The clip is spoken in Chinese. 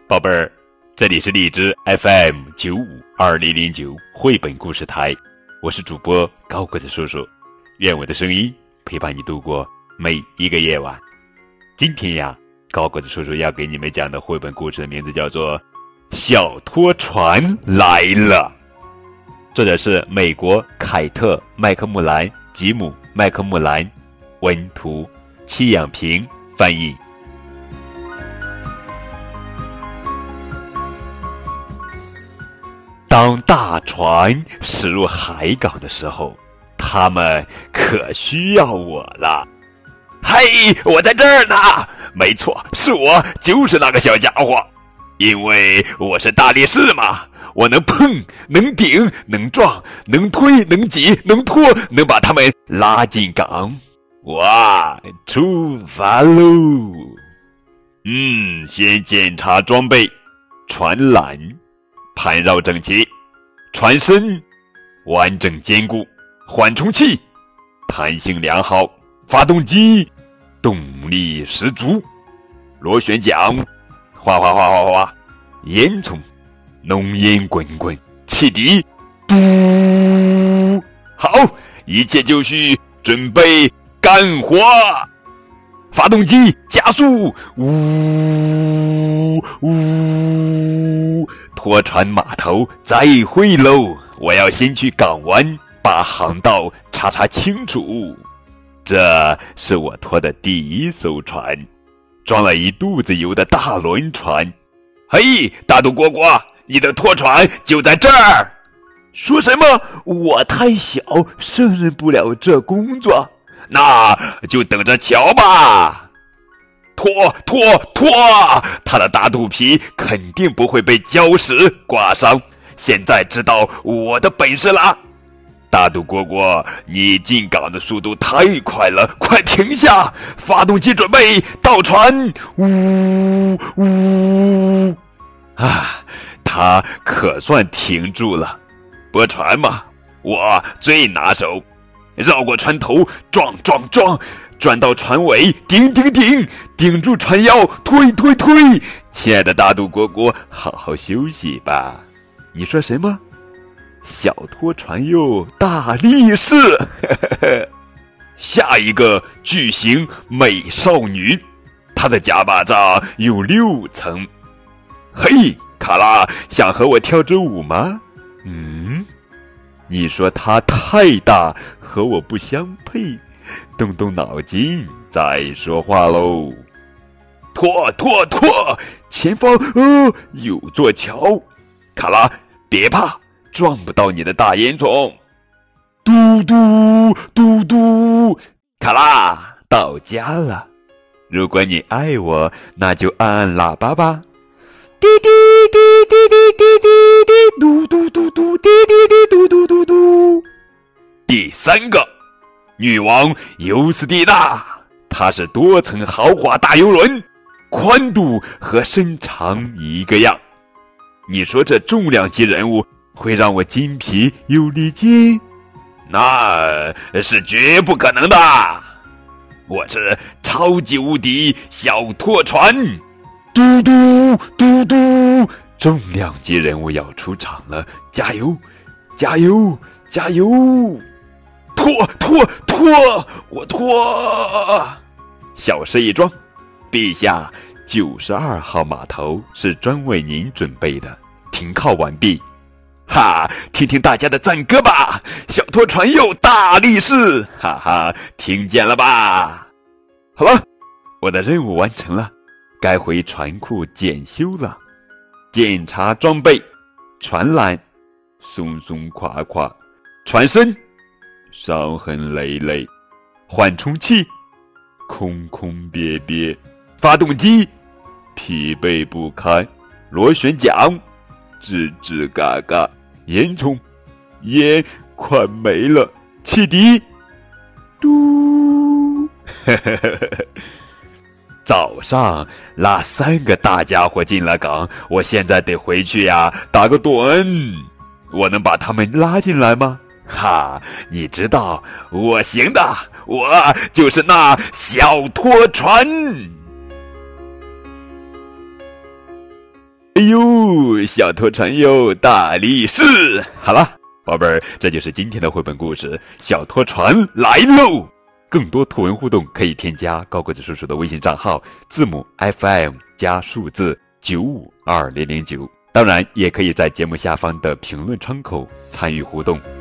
宝贝儿，这里是荔枝 FM952009 绘本故事台，我是主播高个子叔叔，愿我的声音陪伴你度过每一个夜晚。今天呀，高个子叔叔要给你们讲的绘本故事的名字叫做《小拖船来了》，作者是美国凯特·麦克穆兰、吉姆·麦克穆兰，文图，戚养平翻译。当大船驶入海港的时候，他们可需要我了。嘿，我在这儿呢！没错，是我，就是那个小家伙。因为我是大力士嘛，我能碰，能顶，能撞，能推，能挤，能拖，能把他们拉进港。哇，出发喽！先检查装备，船缆盘绕整齐，船身完整坚固，缓冲器弹性良好，发动机动力十足，螺旋桨哗哗哗哗哗，烟囱浓烟滚滚，汽笛嘟，好，一切就绪，准备干活。发动机加速，呜呜！拖船码头再会喽！我要先去港湾，把航道查清楚。这是我拖的第一艘船，装了一肚子油的大轮船。嘿，大肚蝈蝈，你的拖船就在这儿！说什么？我太小，胜任不了这工作。那就等着瞧吧！拖！他的大肚皮肯定不会被礁石刮伤。现在知道我的本事了。大肚蝈蝈，你进港的速度太快了，快停下！发动机准备，倒船！呜呜！他可算停住了。拨船嘛，我最拿手。绕过船头，撞，转到船尾，顶住船腰，推。亲爱的大肚蝈蝈，好好休息吧。你说什么？小拖船哟，大力士！下一个巨型美少女，她的假巴掌有6层。嘿，卡拉，想和我跳支舞吗？你说她太大，和我不相配，动动脑筋再说话喽。拖！前方有座桥，卡拉别怕，撞不到你的大烟囱。嘟嘟，卡拉到家了。如果你爱我，那就按喇叭吧。滴滴滴滴滴滴滴滴，嘟嘟嘟嘟，滴滴滴嘟嘟嘟嘟。第3个，女王尤斯蒂娜，她是多层豪华大游轮，宽度和身长一个样。你说这重量级人物会让我筋疲有力劲？那是绝不可能的。我是超级无敌小拖船。嘟嘟，重量级人物要出场了，加油！拖！我拖！小事一桩，陛下，92号码头是专为您准备的，停靠完毕。听听大家的赞歌吧！小拖船又大力士，听见了吧？好了，我的任务完成了。该回船库检修了。检查装备，船缆松松垮垮，船身伤痕累累，缓冲器空空瘪瘪，发动机疲惫不堪，螺旋桨吱吱嘎嘎，烟囱烟快没了，汽笛嘟早上拉3个大家伙进了港，我现在得回去呀，打个盹。我能把他们拉进来吗？你知道我行的，我就是那小拖船。 哎呦，小拖船有大力士。好了，宝贝儿，这就是今天的绘本故事《小拖船来喽》。更多图文互动可以添加高个子叔叔的微信账号，字母 FM 加数字952009。当然，也可以在节目下方的评论窗口参与互动。